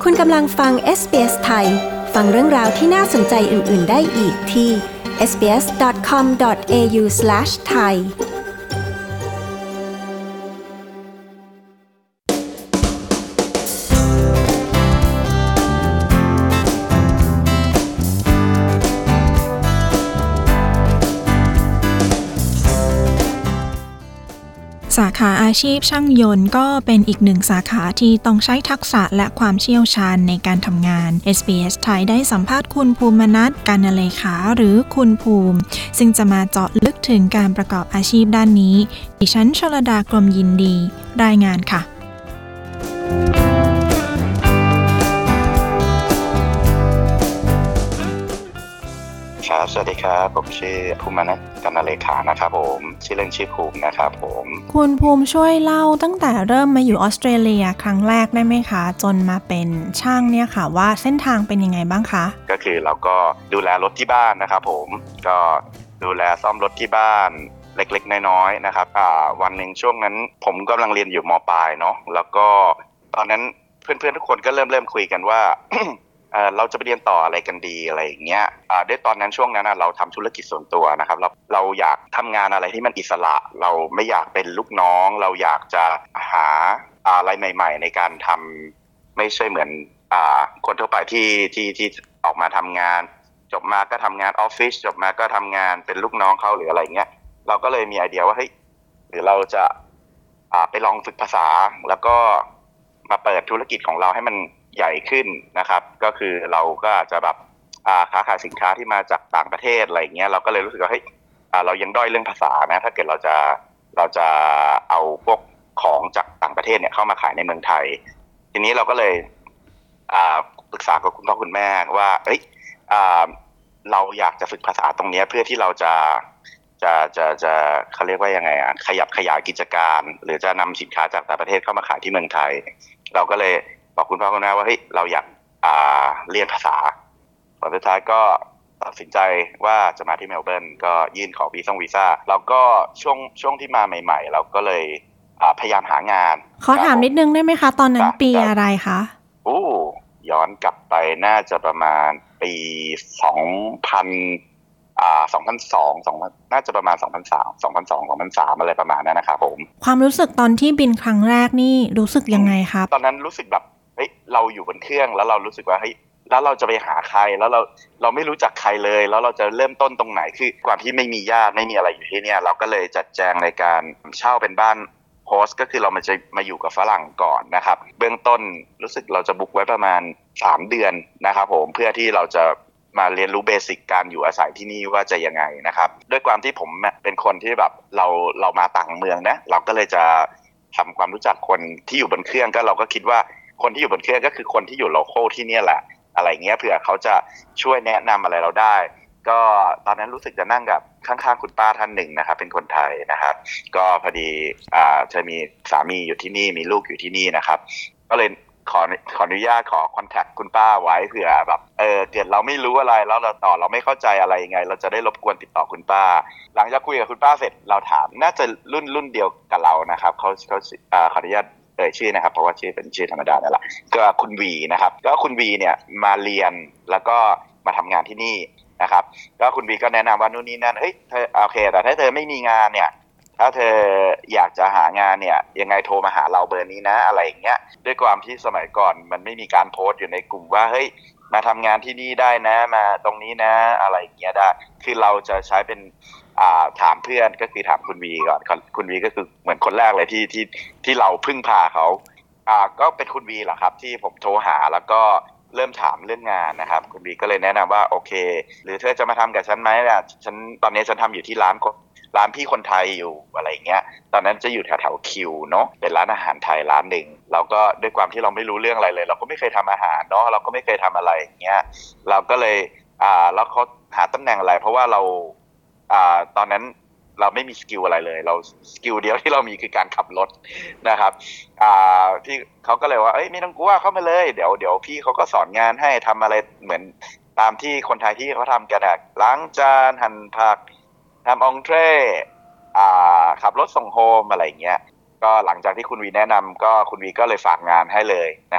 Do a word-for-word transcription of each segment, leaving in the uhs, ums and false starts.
คุณกำลังฟัง เอส บี เอส ไทยฟังเรื่องราวที่น่าสนใจอื่นๆได้อีกที่ เอส บี เอส ดอท คอม ดอท เอ ยู สแลช ไทยสาขาอาชีพช่างยนต์ก็เป็นอีกหนึ่งสาขาที่ต้องใช้ทักษะและความเชี่ยวชาญในการทำงาน เอส บี เอส ไทยได้สัมภาษณ์คุณภูมินัท กาญเลขาหรือคุณภูมิซึ่งจะมาเจาะลึกถึงการประกอบอาชีพด้านนี้ดิฉันชลดากรมยินดีรายงานค่ะครับสวัสดีครับผมชื่อภูมินัท กาญเลขานะครับผมชื่อเล่นชื่อภูมินะครับผมคุณภูมิช่วยเล่าตั้งแต่เริ่มมาอยู่ออสเตรเลียครั้งแรกได้ไหมคะจนมาเป็นช่างเนี่ยค่ะว่าเส้นทางเป็นยังไงบ้างคะก็คือเราก็ดูแลรถที่บ้านนะครับผมก็ดูแลซ่อมรถที่บ้านเล็กๆน้อยๆนะครับอ่าวันนึงช่วงนั้นผมกำลังเรียนอยู่ม.ปลายเนาะแล้วก็ตอนนั้นเพื่อนๆทุกคนก็เริ่มเริ่มคุยกันว่า เอ่อเราจะไปเรียนต่ออะไรกันดีอะไรอย่างเงี้ยอ่าด้วยตอนนั้นช่วงนั้นเราทำธุรกิจส่วนตัวนะครับเราเราอยากทำงานอะไรที่มันอิสระเราไม่อยากเป็นลูกน้องเราอยากจะหาอะไรใหม่ๆในการทำไม่ใช่เหมือนอ่าคนทั่วไปที่ที่ที่ออกมาทำงานจบมาก็ทำงานออฟฟิศจบมาก็ทำงานเป็นลูกน้องเขาหรืออะไรเงี้ยเราก็เลยมีไอเดียว่าเฮ้ยหรือเราจะอ่าไปลองฝึกภาษาแล้วก็มาเปิดธุรกิจของเราให้มันใหญ่ขึ้นนะครับก็คือเราก็อาจจะแบบอ่าค้าขายสินค้าที่มาจากต่างประเทศอะไรเงี้ยเราก็เลยรู้สึกว่าเฮ้ยอ่าเรายังด้อยเรื่องภาษานะถ้าเกิดเราจะเราจะเอาพวกของจากต่างประเทศเนี่ยเข้ามาขายในเมืองไทยทีนี้เราก็เลยอ่าปรึกษากับคุณพ่อคุณแม่ว่าเอ้ยอ่าเราอยากจะฝึกภาษาตรงนี้เพื่อที่เราจะจะจะจะเขาเรียกว่ายังไงอ่ะขยับขยายกิจการหรือจะนำสินค้าจากต่างประเทศเข้ามาขายที่เมืองไทยเราก็เลยบอกคุณพ่อคุณแม่ว่าเฮ้ยเราอยากอ่าเรียนภาษาผลสุดท้ายก็ตัดสินใจว่าจะมาที่เมลเบิร์นก็ยื่นขอวีซ่งวีซ่าเราก็ช่วงช่วงที่มาใหม่ๆเราก็เลยอ่าพยายามหางานขอถามนิดนึงได้ไหมคะตอนนั้นปีอะไรคะโอ้ย้อนกลับไปน่าจะประมาณปีสองพันอ่าสองพันสอง สองพันน่าจะประมาณสองพันสาม สองพันสอง สองพันสามอะไรประมาณนั้นนะครับผมความรู้สึกตอนที่บินครั้งแรกนี่รู้สึกยังไงครับตอนนั้นรู้สึกแบบเฮ้ยเราอยู่บนเครื่องแล้วเรารู้สึกว่าเฮ้ยแล้วเราจะไปหาใครแล้วเราเราไม่รู้จักใครเลยแล้วเราจะเริ่มต้นตรงไหนคือความที่ไม่มีญาติไม่มีอะไรอยู่ที่เนี่ยเราก็เลยจัดแจงในการเช่าเป็นบ้านโฮสต์ก็คือเรามาจะมาอยู่กับฝรั่งก่อนนะครับเบื้องต้นรู้สึกเราจะบุ๊กไว้ประมาณสามเดือนนะครับผมเพื่อที่เราจะมาเรียนรู้เบสิกการอยู่อาศัยที่นี่ว่าจะยังไงนะครับด้วยความที่ผมเป็นคนที่แบบเราเรามาต่างเมืองนะเราก็เลยจะทำความรู้จักคนที่อยู่บนเครื่องก็เราก็คิดว่าคนที่อยู่บนเครื่องก็คือคนที่อยู่โลคอลที่นี่แหละอะไรเงี้ยเผื่อเขาจะช่วยแนะนำอะไรเราได้ก็ตอนนั้นรู้สึกจะนั่งกับข้างๆคุณป้าท่านหนึ่งนะครับเป็นคนไทยนะครับก็พอดีอ่าเธอมีสามีอยู่ที่นี่มีลูกอยู่ที่นี่นะครับก็เลยขอขออนุญาตขอคอนแทคคุณป้าไว้เผื่อแบบเออเกิดเราไม่รู้อะไรแล้วเราต่อเราไม่เข้าใจอะไรยังไงเราจะได้รบกวนติดต่อคุณป้าหลังจากคุยกับคุณป้าเสร็จเราถามน่าจะรุ่นรุ่นเดียวกับเรานะครับเขาเขาอ่าขออนุญาตเอ่ยชื่อนะครับเพราะว่าชื่อเป็นชื่อธรรมดานั่นแหละก็คุณวีนะครับก็คุณวีเนี่ยมาเรียนแล้วก็มาทำงานที่นี่นะครับก็คุณวีก็แนะนำว่านู่นนี่นั่นเฮ้ยเธอโอเคแต่ถ้าเธอไม่มีงานเนี่ยถ้าเธออยากจะหางานเนี่ยยังไงโทรมาหาเราเบอร์นี้นะอะไรอย่างเงี้ยด้วยความที่สมัยก่อนมันไม่มีการโพสต์อยู่ในกลุ่มว่าเฮ้ยมาทำงานที่นี่ได้นะมาตรงนี้นะอะไรอย่างเงี้ยได้คือเราจะใช้เป็นอ่าถามเพื่อนก็คือถามคุณวีก่อนคุณวีก็คือเหมือนคนแรกเลยที่ที่ที่เราพึ่งพาเขาอ่าก็เป็นคุณวีแหละครับที่ผมโทรหาแล้วก็เริ่มถามเรื่องงานนะครับคุณวีก็เลยแนะนำว่าโอเคหรือเธอจะมาทำกับฉันไหมล่ะฉันตอนนี้ฉันทำอยู่ที่ร้านร้านพี่คนไทยอยู่อะไรเงี้ยตอนนั้นจะอยู่แถวแถวคิวเนาะเป็นร้านอาหารไทยร้านหนึ่งเราก็ด้วยความที่เราไม่รู้เรื่องอะไรเลยเราก็ไม่เคยทำอาหารเนาะเราก็ไม่เคยทำอะไรเงี้ยเราก็เลยอ่าแล้วเขาหาตำแหน่งอะไรเพราะว่าเราอ่าตอนนั้นเราไม่มีสกิลอะไรเลยเราสกิลเดียวที่เรามีคือการขับรถนะครับอ่าพี่เขาก็เลยว่าเอ้ยไม่ต้องกลัวเข้ามาเลยเดี๋ยวเดี๋ยวพี่เขาก็สอนงานให้ทำอะไรเหมือนตามที่คนไทยที่เขาทำกันอะล้างจานหั่นผักทำองเทรอ่าขับรถส่งโฮมอะไรอย่างเงี้ยก็หลังจากที่คุณวีแนะนำก็คุณวีก็เลยฝากงานให้เลยนะครับ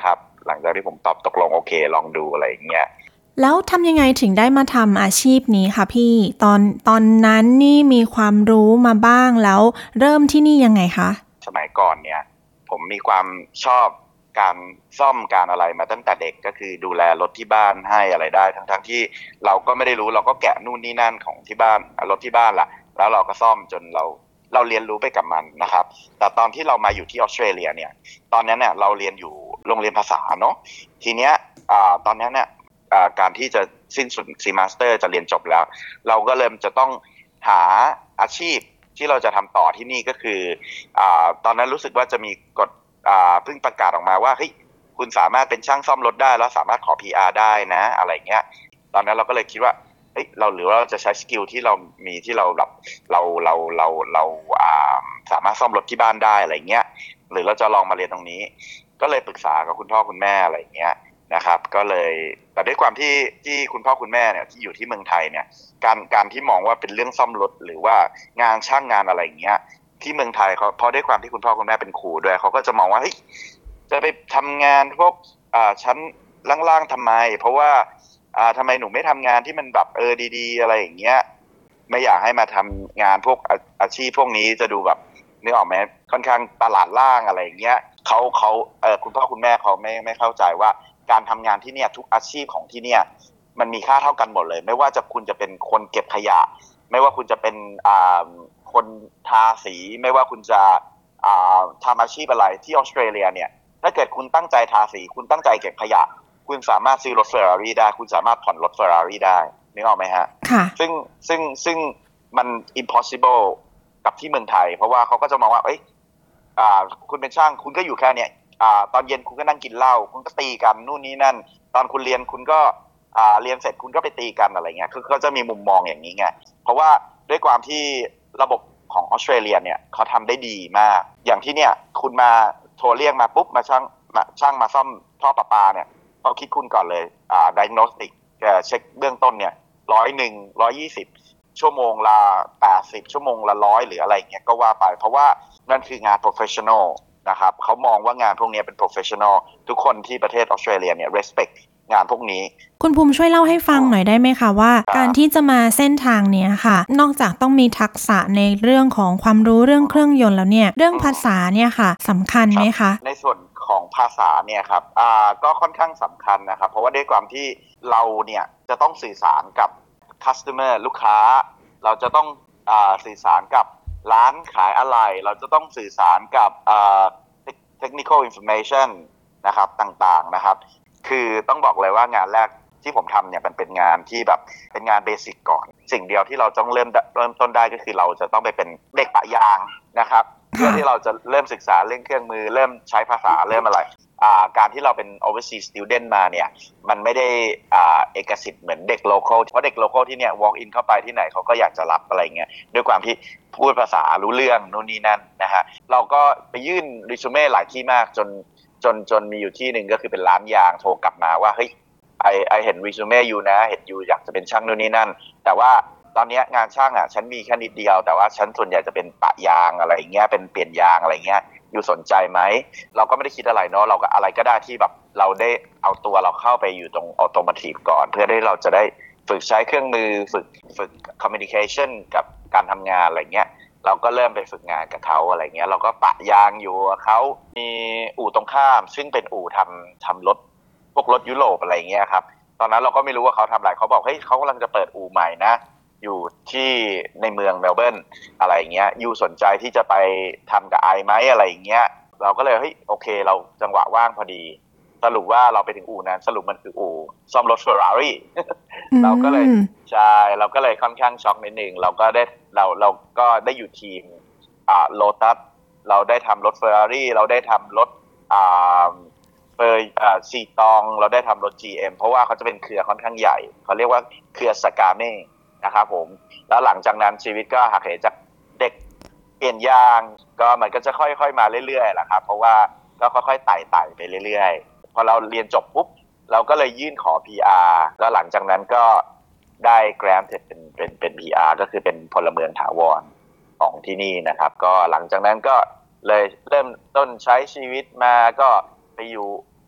หลังจากที่ผมตอบตกลงโอเคลองดูอะไรอย่างเงี้ยแล้วทำยังไงถึงได้มาทำอาชีพนี้คะพี่ตอนตอนนั้นนี่มีความรู้มาบ้างแล้วเริ่มที่นี่ยังไงคะสมัยก่อนเนี่ยผมมีความชอบการซ่อมการอะไรมาตั้งแต่เด็กก็คือดูแลรถที่บ้านให้อะไรได้ทั้งๆ ท, ที่เราก็ไม่ได้รู้เราก็แกะนู่นนี่นั่นของที่บ้านรถที่บ้านล่ะแล้วเราก็ซ่อมจนเราเราเรียนรู้ไปกับมันนะครับแต่ตอนที่เรามาอยู่ที่ออสเตรเลียเนี่ยตอนนั้นเนี่ยเราเรียนอยู่โรงเรียนภาษาเนาะทีเนี้ยอ่าตอนนั้นเนี่ยอ่าการที่จะสิ้นสุดซีมาสเตอร์จะเรียนจบแล้วเราก็เริ่มจะต้องหาอาชีพที่เราจะทำต่อที่นี่ก็คืออ่าตอนนั้นรู้สึกว่าจะมีกฎอ่าเพิ่งประกาศออกมาว่าเฮ้ยคุณสามารถเป็นช่างซ่อมรถได้แล้วสามารถขอ พี อาร์ ได้นะอะไรเงี้ยตอนนั้นเราก็เลยคิดว่าเฮ้ยเราหรือว่าเราจะใช้สกิลที่เรามีที่เราแบบเราเราเราเราอ่าสามารถซ่อมรถที่บ้านได้อะไรเงี้ยหรือเราจะลองมาเรียนตรงนี้ก็เลยปรึกษากับคุณพ่อคุณแม่อะไรเงี้ยนะครับก็เลยแต่ด้วยความที่ที่คุณพ่อคุณแม่เนี่ยที่อยู่ที่เมืองไทยเนี่ยการการที่มองว่าเป็นเรื่องซ่อมรถหรือว่างานช่างงานอะไรเงี้ยที่เมืองไทยเขาเพราะด้วยความที่คุณพ่อคุณแม่เป็นครูด้วยเขาก็จะมองว่าเฮ้ยจะไปทำงานพวกอ่าชั้นล่างๆทำไมเพราะว่าอ่าทำไมหนูไม่ทำงานที่มันแบบเออดีๆอะไรอย่างเงี้ยไม่อยากให้มาทำงานพวกอาอาชีพพวกนี้จะดูแบบนึกออกไหมค่อนข้างตลาดล่างอะไรอย่างเงี้ยเขาเขาเออคุณพ่อคุณแม่เขาไม่ไม่เข้าใจว่าการทำงานที่เนี่ยทุกอาชีพของที่เนี่ยมันมีค่าเท่ากันหมดเลยไม่ว่าจะคุณจะเป็นคนเก็บขยะไม่ว่าคุณจะเป็นอ่าคนทาสีไม่ว่าคุณจะอ่าทำอาชีพอะไรที่ออสเตรเลียเนี่ยถ้าเกิดคุณตั้งใจทาสีคุณตั้งใจเก็บขยะคุณสามารถซื้อรถ Ferrari ได้คุณสามารถผ่อนรถ Ferrari ได้นึกออกไหมฮะค่ะซึ่งซึ่งซึ่งมัน impossible กับที่เมืองไทยเพราะว่าเขาก็จะมองว่าเอ้ยอ่าคุณเป็นช่างคุณก็อยู่แค่เนี้ยอ่าตอนเย็นคุณก็นั่งกินเหล้าคุณก็ตีกันนู่นนี่นั่นตอนคุณเรียนคุณก็อ่าเรียนเสร็จคุณก็ไปตีกันอะไรเงี้ยคือเขาจะมีมุมมองอย่างนี้ไงเพราะว่าด้วยความที่ระบบของออสเตรเลียเนี่ยเขาทำได้ดีมากอย่างที่เนี่ยคุณมาโทรเรียกมาปุ๊บมาช่างมาช่างมาซ่อมท่อประปาเนี่ยเขาคิดคุณก่อนเลยอ่า diagnostic เช็คเบื้องต้นเนี่ยร้อยหนึ่งร้อยยี่สิบชั่วโมงละแปดสิบชั่วโมงละร้อยหรืออะไรเงี้ยก็ว่าไปเพราะว่านั่นคืองาน professional นะครับเขามองว่างานพวกนี้เป็น professional ทุกคนที่ประเทศออสเตรเลียเนี่ย respect งานพวกนี้คุณภูมิช่วยเล่าให้ฟังหน่อยได้ไหมคะว่าการที่จะมาเส้นทางเนี้ยค่ะนอกจากต้องมีทักษะในเรื่องของความรู้เรื่องเครื่องยนต์แล้วเนี่ยเรื่องภาษาเนี่ยค่ะสำคัญไหมคะในส่วนของภาษาเนี่ยครับอ่าก็ค่อนข้างสำคัญนะครับเพราะว่าด้วยความที่เราเนี่ยจะต้องสื่อสารกับ customer ลูกค้าเราจะต้องอ่าสื่อสารกับร้านขายอะไรเราจะต้องสื่อสารกับอ่า technical information นะครับต่างๆนะครับคือต้องบอกเลยว่างานแรกที่ผมทำเนี่ยมันเป็นงานที่แบบเป็นงานเบสิกก่อนสิ่งเดียวที่เราต้องเริ่มเริ่มต้นได้ก็คือเราจะต้องไปเป็นเด็กปะยางนะครับเพื่อที่เราจะเริ่มศึกษาเรื่องเครื่องมือเริ่มใช้ภาษาเริ่มอะไรอ่าการที่เราเป็น overseas student มาเนี่ยมันไม่ได้อ่าเอกสิทธิ์เหมือนเด็ก local เพราะเด็ก local ที่เนี่ย walk in เข้าไปที่ไหนเขาก็อยากจะรับอะไรเงี้ยด้วยความที่พูดภาษารู้เรื่องนู่นนี่นั่นนะฮะเราก็ไปยื่น resume หลายที่มากจนจนจนมีอยู่ที่หนึ่งก็คือเป็นร้านยางโทรกลับมาว่าเฮ้ยไอไอเห็น resume อยู่นะเห็นอยู่อยากจะเป็นช่างนู่นนี่นั่นแต่ว่าตอนนี้งานช่างอ่ะฉันมีแค่นิดเดียวแต่ว่าฉันส่วนใหญ่จะเป็นปะยางอะไรเงี้ยเป็นเปลี่ยนยางอะไรเงี้ยอยู่สนใจไหมเราก็ไม่ได้คิดอะไรเนาะเราก็อะไรก็ได้ที่แบบเราได้เอาตัวเราเข้าไปอยู่ตรงออโตโมทีฟก่อนเพื่อที่เราจะได้ฝึกใช้เครื่องมือฝึกฝึก communication กับการทำงานอะไรเงี้ยเราก็เริ่มไปฝึกงานกับเขาอะไรเงี้ยเราก็ปะยางอยู่กับเขามีอู่ตรงข้ามซึ่งเป็นอู่ทำทำรถพวกรถยุโรปอะไรเงี้ยครับตอนนั้นเราก็ไม่รู้ว่าเขาทำอะไรเขาบอกเฮ้ยเขากำลังจะเปิดอู่ใหม่นะอยู่ที่ในเมืองเมลเบิร์นอะไรเงี้ยยูสนใจที่จะไปทำกับไอไหมอะไรเงี้ยเราก็เลยเฮ้ยโอเคเราจังหวะว่างพอดีสรุปว่าเราไปถึงอู่นั้นสรุปมันคืออู่ซ่อมรถ Ferrari เราก็เลยใช่เราก็เลยค่อนข้างช็อกนิดนึงเราก็ได้เราเราก็ได้อยู่ทีมอ่า Lotus เราได้ทำรถ Ferrari เราได้ทำรถอ่าเฟอร์อ่าซีตองเราได้ทำรถ จี เอ็ม เพราะว่าเขาจะเป็นเครือค่อนข้างใหญ่เขาเรียกว่าเครือสกาเม่นะครับผมแล้วหลังจากนั้นชีวิตก็หักเหจากเด็กเปลี่ยนยางก็มันก็จะค่อยๆมาเรื่อยๆแหละครับเพราะว่าก็ค่อยๆไต่ๆไปเรื่อยๆพอเราเรียนจบปุ๊บเราก็เลยยื่นขอ พี อาร์ แล้วหลังจากนั้นก็ได้ granted เป็นเป็นเป็น พี อาร์ ก็คือเป็นพลเมืองถาวรของที่นี่นะครับก็หลังจากนั้นก็เลยเริ่มต้นใช้ชีวิตมาก็ไปอยู่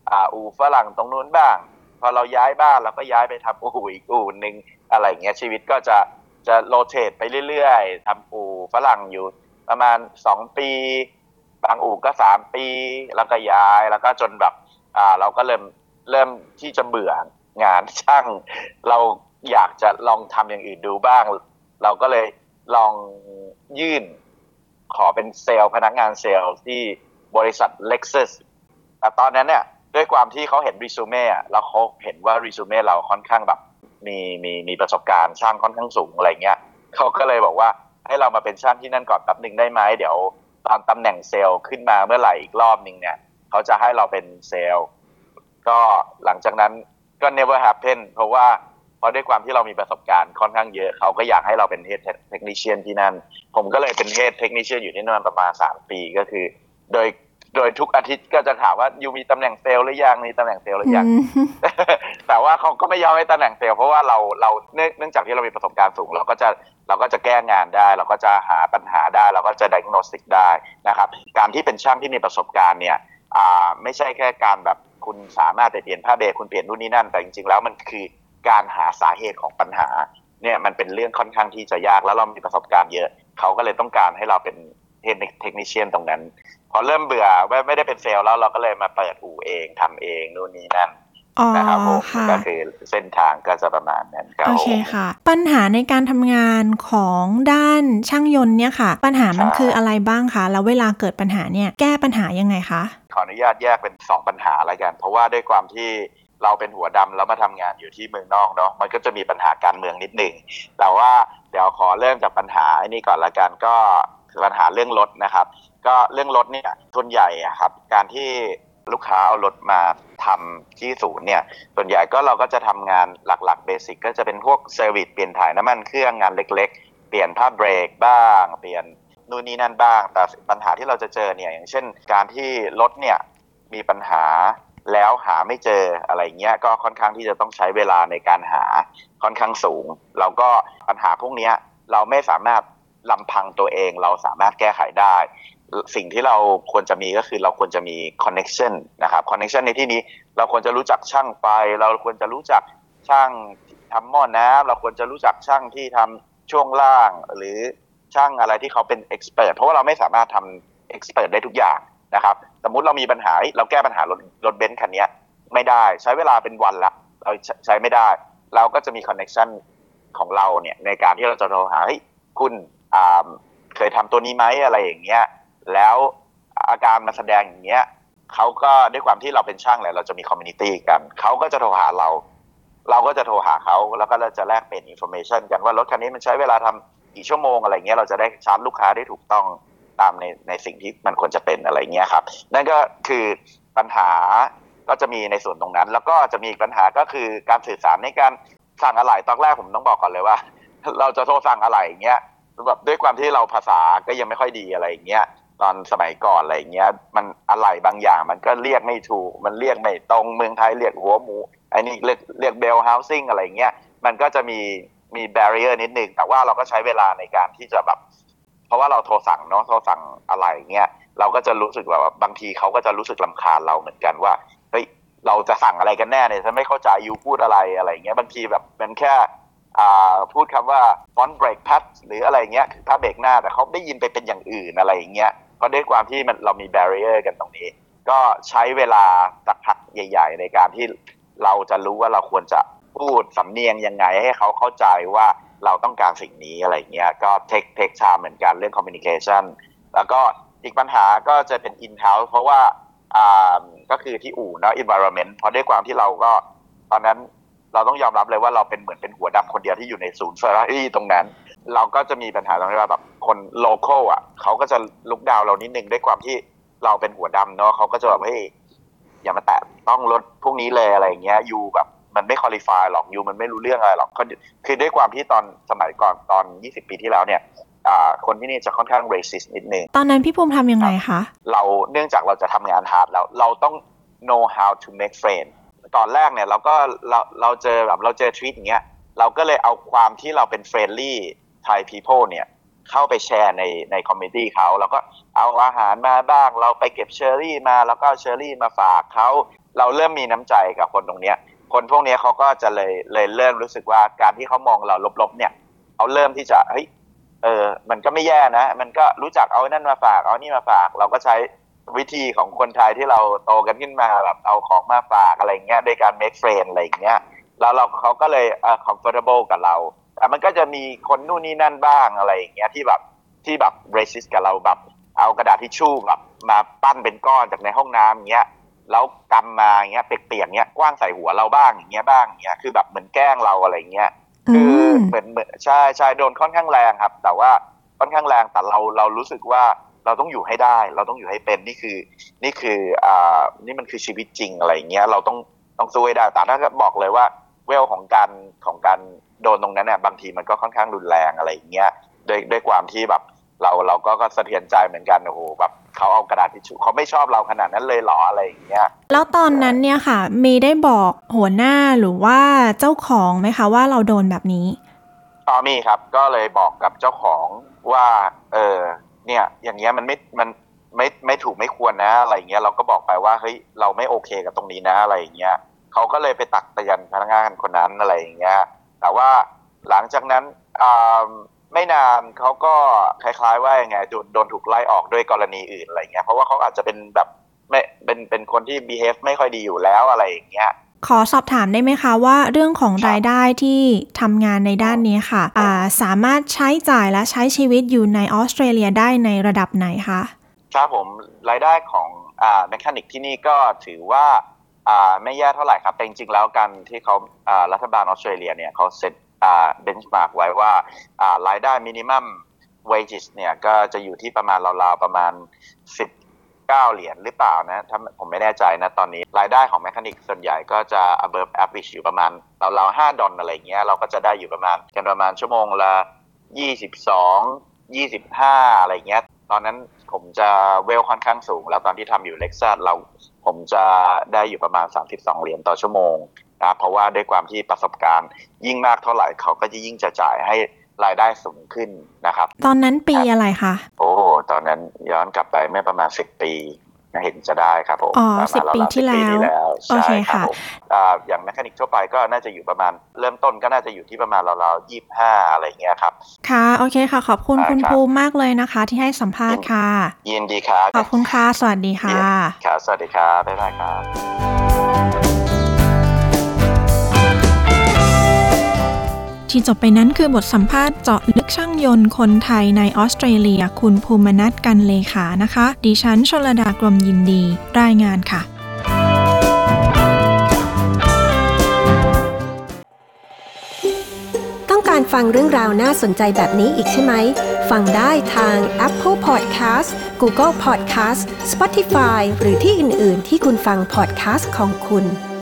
อ่าอู่ฝรั่งตรงนู้นบ้างพอเราย้ายบ้านเราก็ย้ายไปทำอู่อีกอู่นึงอะไรเงี้ยชีวิตก็จะจะโรเตทไปเรื่อยๆทำอู่ฝรั่งอยู่ประมาณสองปีบางอู่ก็สามปีแล้วก็ย้ายแล้วก็จนแบบอ่าเราก็เริ่มเริ่มที่จะเบื่องานช่างเราอยากจะลองทำอย่างอื่นดูบ้างเราก็เลยลองยื่นขอเป็นเซลล์พนักงานเซลล์ที่บริษัท Lexus แต่ตอนนั้นเนี่ยด้วยความที่เขาเห็นรีซูเม่อะแล้วเขาเห็นว่ารีซูเม่เราค่อนข้างแบบมีมีมีประสบการณ์ช่างค่อนข้างสูงอะไรเงี้ยเขาก็เลยบอกว่าให้เรามาเป็นช่างที่นั่นก่อนแป๊บนึงได้ไหมเดี๋ยวตอนตำแหน่งเซลล์ขึ้นมาเมื่อไหร่อีกรอบนึงเนี่ยเขาจะให้เราเป็นเซลล์ก็หลังจากนั้นก็ never happen เพราะว่าเพราะด้วยความที่เรามีประสบการณ์ค่อนข้างเยอะเขาก็อยากให้เราเป็น head technician ที่นั่นผมก็เลยเป็น head technician อยู่ที่นั่นประมาณสามปีก็คือโดยโดยทุกอาทิตย์ก็จะถามว่ายูมีตำแหน่งเซลล์หรือยังมีตำแหน่งเซลล์หรือยังแต่ว่าเขาก็ไม่ยอมให้ตำแหน่งเซลล์เพราะว่าเราเราเนื่องจากที่เรามีประสบการณ์สูงเราก็จะเราก็จะแก้งานได้เราก็จะหาปัญหาได้เราก็จะ diagnostic ได้นะครับการที่เป็นช่างที่มีประสบการณ์เนี่ยอ่าไม่ใช่แค่การแบบคุณสามารถไปเปลี่ยนผ้าเบรกคุณเปลี่ยนนู่นนี่นั่นแต่จริงๆแล้วมันคือการหาสาเหตุของปัญหาเนี่ยมันเป็นเรื่องค่อนข้างที่จะยากแล้วเรามีประสบการณ์เยอะเขาก็เลยต้องการให้เราเป็นเทคนิคเชียนตรงนั้นพอเริ่มเบื่อไม่ไม่ได้เป็นเซลล์แล้วเราก็เลยมาเปิดอู่เองทำเองนู่นนี่นั่นนะครับผมก็คือเส้นทางก็จะประมาณนั้นครับโอเคค่ะปัญหาในการทำงานของด้านช่างยนต์เนี่ยค่ะปัญหามันคืออะไรบ้างคะแล้วเวลาเกิดปัญหาเนี่ยแก้ปัญหายังไงคะขออนุญาตแยกเป็นสองปัญหาละกันเพราะว่าด้วยความที่เราเป็นหัวดำแล้วมาทำงานอยู่ที่เมืองนอกเนาะมันก็จะมีปัญหาการเมืองนิดนึงแต่ว่าเดี๋ยวขอเริ่มจากปัญหาอันนี้ก่อนละกันก็ปัญหาเรื่องรถนะครับก็เรื่องรถเนี่ยส่วนใหญ่อะครับการที่ลูกค้าเอารถมาทำที่ศูนย์เนี่ยส่วนใหญ่ก็เราก็จะทำงานหลักๆเบสิกก็จะเป็นพวกเซอร์วิสเปลี่ยนถ่ายน้ำมันเครื่องงานเล็กๆเปลี่ยนผ้าเบรกบ้างเปลี่ยนนู่นนี่นั่นบ้างแต่ปัญหาที่เราจะเจอเนี่ยอย่างเช่นการที่รถเนี่ยมีปัญหาแล้วหาไม่เจออะไรเงี้ยก็ค่อนข้างที่จะต้องใช้เวลาในการหาค่อนข้างสูงเราก็ปัญหาพวกนี้เราไม่สามารถลำพังตัวเองเราสามารถแก้ไขได้สิ่งที่เราควรจะมีก็คือเราควรจะมี connection นะครับ connection ในที่นี้เราควรจะรู้จักช่างไฟเราควรจะรู้จักช่างทำหม้อน้ำเราควรจะรู้จักช่างที่ทำช่วงล่างหรือช่างอะไรที่เขาเป็น expert เพราะว่าเราไม่สามารถทำ expert ได้ทุกอย่างนะครับสมมุติเรามีปัญหาเราแก้ปัญหารถรถเบนซ์คันนี้ไม่ได้ใช้เวลาเป็นวันละเราใช้ไม่ได้เราก็จะมี connection ของเราเนี่ยในการที่เราจะโทรหาเฮ้ยคุณเคยทำตัวนี้ไหมอะไรอย่างเงี้ยแล้วอาการมาแสดงอย่างเงี้ยเขาก็ด้วยความที่เราเป็นช่างแหละเราจะมีคอมมูนิตี้กันเขาก็จะโทรหาเราเราก็จะโทรหาเขาแล้วก็เราจะแลกเป็นอินโฟเมชันกันว่ารถคันนี้มันใช้เวลาทำกี่ชั่วโมงอะไรเงี้ยเราจะได้ชาร์จลูกค้าได้ถูกต้องตามในในสิ่งที่มันควรจะเป็นอะไรเงี้ยครับนั่นก็คือปัญหาก็จะมีในส่วนตรงนั้นแล้วก็จะมีปัญหาก็คือการสื่อสารในการสั่งอะไหล่ตอนแรกผมต้องบอกก่อนเลยว่าเราจะโทรสั่งอะไหล่อย่างเงี้ยแบบด้วยความที่เราภาษาก็ยังไม่ค่อยดีอะไรอย่างเงี้ยตอนสมัยก่อนอะไรเงี้ยมันอะไหล่บางอย่างมันก็เรียกไม่ถูกมันเรียกไม่ตรงเมืองไทยเรียกหัวหมูไอ้นี่เรียกเรียกเบลเฮาซิ่งอะไรเงี้ยมันก็จะมีมีแบเรียร์นิดนึงแต่ว่าเราก็ใช้เวลาในการที่จะแบบเพราะว่าเราโทรสั่งเนาะโทรสั่งอะไรเงี้ยเราก็จะรู้สึกแบบบางทีเขาก็จะรู้สึกรำคาญเราเหมือนกันว่าเฮ้ยเราจะสั่งอะไรกันแน่เนี่ยฉันไม่เข้าใจยูพูดอะไรอะไรเงี้ยบางทีแบบมันแค่อ่าพูดคำว่า front brake pad หรืออะไรเงี้ยคือถ้าเบรกหน้าแต่เขาได้ยินไปเป็นอย่างอื่นอะไรอย่างเงี้ยเพราะด้วยความที่มันเรามีแบเรียร์กันตรงนี้ก็ใช้เวลาสักพักใหญ่ๆในการที่เราจะรู้ว่าเราควรจะพูดสำเนียงยังไงให้เขาเข้าใจว่าเราต้องการสิ่งนี้อะไรเงี้ยก็เทคเทคไทม์เหมือนกันเรื่อง communication แล้วก็อีกปัญหาก็จะเป็น in house เพราะว่าอ่าก็คือที่อู่เนาะ environment เพราะด้วยความที่เราก็ตอนนั้นเราต้องยอมรับเลยว่าเราเป็นเหมือนเป็นหัวดำคนเดียวที่อยู่ในศูนย์ Ferrari ตรงนั้นเราก็จะมีปัญหาตรงที่ว่าแบบคนโลคอลอ่ะเขาก็จะลุกดาวเรานิดนึงด้วยความที่เราเป็นหัวดำเนาะเขาก็จะแบบเฮ้ยอย่ามาแตะต้องรถพวกนี้เลยอะไรอย่างเงี้ยยูแบบมันไม่คุริฟายหรอกยูมันไม่รู้เรื่องอะไรหรอกคือด้วยความที่ตอนสมัยก่อนตอนยี่สิบปีที่แล้วเนี่ยคนที่นี่จะค่อนข้าง racist นิดนึงตอนนั้นพี่ภูมิทำยังไงคะเราเนื่องจากเราจะทำงานฮาร์ดแล้วเราต้อง know how to make friend ตอนแรกเนี่ยเราก็เราเราเจอแบบเราเจอทวีตอย่างเงี้ยเราก็เลยเอาความที่เราเป็น friendly Thai people เนี่ยเข้าไปแชร์ในในคอมมิตี้เขาแล้วก็เอาอาหารมาบ้างเราไปเก็บเชอร์รี่มาแล้วก็เชอร์รี่มาฝากเขาเราเริ่มมีน้ำใจกับคนตรงเนี้ยคนพวกนี้เขาก็จะเลยเลยเริ่มรู้สึกว่าการที่เขามองเราลบๆเนี่ยเขาเริ่มที่จะเฮ้ยเออมันก็ไม่แย่นะมันก็รู้จักเอานั่นมาฝากเอานี่มาฝากเราก็ใช้วิธีของคนไทยที่เราโตกันขึ้นมาแบบเอาของมาฝากอะไรเงี้ยโดยการ make friend อะไรเงี้ยแล้วเราเขาก็เลยเอ่อ comfortable กับเราแต่มันก็จะมีคนนู่นนี่นั่นบ้างอะไรอย่างเงี้ยที่แบบที่แบบ racist กับเราแบบเอากระดาษทิชชู่แบบมาปั้นเป็นก้อนจากในห้องน้ำอย่างเงี้ยแล้วกำมาอย่างเงี้ยเปียกๆเงี้ยกว้างใส่หัวเราบ้างอย่างเงี้ยบ้างอย่างเงี้ยคือแบบเหมือนแกล้งเราอะไรเงี้ยคือเหมือนเหมือนใช่ใช่โดนค่อนข้างแรงครับแต่ว่าค่อนข้างแรงแต่เราเรารู้สึกว่าเราต้องอยู่ให้ได้เราต้องอยู่ให้เป็นนี่คือนี่คืออ่านี่มันคือชีวิตจริงอะไรเงี้ยเราต้องต้องสู้ให้ได้แต่ถ้าบอกเลยว่าเวลของการของการโดนตรงนั้นเนี่ยบางทีมันก็ค่อนข้างรุนแรงอะไรอย่างเงี้ยด้วยด้วยความที่แบบเราเราก็ก็สะเทือนใจเหมือนกันโอ้โหแบบเขาเอากระดาษทิชชู่เขาไม่ชอบเราขนาดนั้นเลยหรออะไรอย่างเงี้ยแล้วตอนนั้นเนี่ยค่ะเมย์ได้บอกหัวหน้าหรือว่าเจ้าของไหมคะว่าเราโดนแบบนี้อ๋อมีครับก็เลยบอกกับเจ้าของว่าเออเนี่ยอย่างเงี้ยมันไม่มันไม่ไม่ถูกไม่ควรนะอะไรอย่างเงี้ยเราก็บอกไปว่าเฮ้ยเราไม่โอเคกับตรงนี้นะอะไรอย่างเงี้ยเขาก็เลยไปตักเตือนพนักงานคนนั้นอะไรอย่างเงี้ยแต่ว่าหลังจากนั้นอ่าไม่นานเขาก็คล้ายๆว่ายังไงโดนโดนถูกไล่ออกด้วยกรณีอื่นอะไรเงี้ยเพราะว่าเขาอาจจะเป็นแบบไม่เป็นเป็นคนที่ behave ไม่ค่อยดีอยู่แล้วอะไรอย่างเงี้ยขอสอบถามได้ไหมคะว่าเรื่องของรายได้ที่ทำงานในด้านนี้ค่ะอ่าสามารถใช้จ่ายและใช้ชีวิตอยู่ในออสเตรเลียได้ในระดับไหนคะครับผมรายได้ของอ่า mechanic ที่นี่ก็ถือว่าอ่าไม่แย่เท่าไหร่ครับแต่จริงๆแล้วกันที่เขาอ่ารัฐบาลออสเตรเลียเนี่ยเขาเซ็ตอ่า benchmark ไว้ว่าอ่ารายได้ minimum wages เนี่ยก็จะอยู่ที่ประมาณราวๆประมาณสิบเก้าเหรียญหรือเปล่านะถ้าผมไม่แน่ใจนะตอนนี้รายได้ของ mechanic ส่วนใหญ่ก็จะ above average อยู่ประมาณราวๆห้าดอลอะไรเงี้ยเราก็จะได้อยู่ประมาณกันประมาณชั่วโมงละยี่สิบสอง ยี่สิบห้าอะไรเงี้ยตอนนั้นผมจะเวลค่อนข้างสูงแล้วตอนที่ทำอยู่เล็กซัสเราผมจะได้อยู่ประมาณสามสิบสองเหรียญต่อชั่วโมงนะเพราะว่าด้วยความที่ประสบการณ์ยิ่งมากเท่าไหร่เขาก็จะยิ่งจะจ่ายให้รายได้สูงขึ้นนะครับตอนนั้นปีอะไรคะโอ้ตอนนั้นย้อนกลับไปเมื่อประมาณสิบปีเห็นจะได้ครับผมอ๋อสิบปีที่แล้วโอเคค่ะอ่าอย่างแมคานิกทั่วไปก็น่าจะอยู่ประมาณเริ่มต้นก็น่าจะอยู่ที่ประมาณราวๆยี่สิบห้าอะไรเงี้ยครับค่ะโอเคค่ะขอบคุณคุณภูมิมากเลยนะคะที่ให้สัมภาษณ์ค่ะยินดีครับขอบคุณค่ะสวัสดีค่ะครับสวัสดีครับบ๊ายบายครับที่จบไปนั้นคือบทสัมภาษณ์เจาะลึกช่างยนต์คนไทยในออสเตรเลียคุณภูมินัทกันเลขานะคะดิฉันชลดากรมยินดีรายงานค่ะต้องการฟังเรื่องราวน่าสนใจแบบนี้อีกใช่ไหมฟังได้ทาง Apple Podcast Google Podcast Spotify หรือที่อื่น ๆ ที่คุณฟัง podcast ของคุณ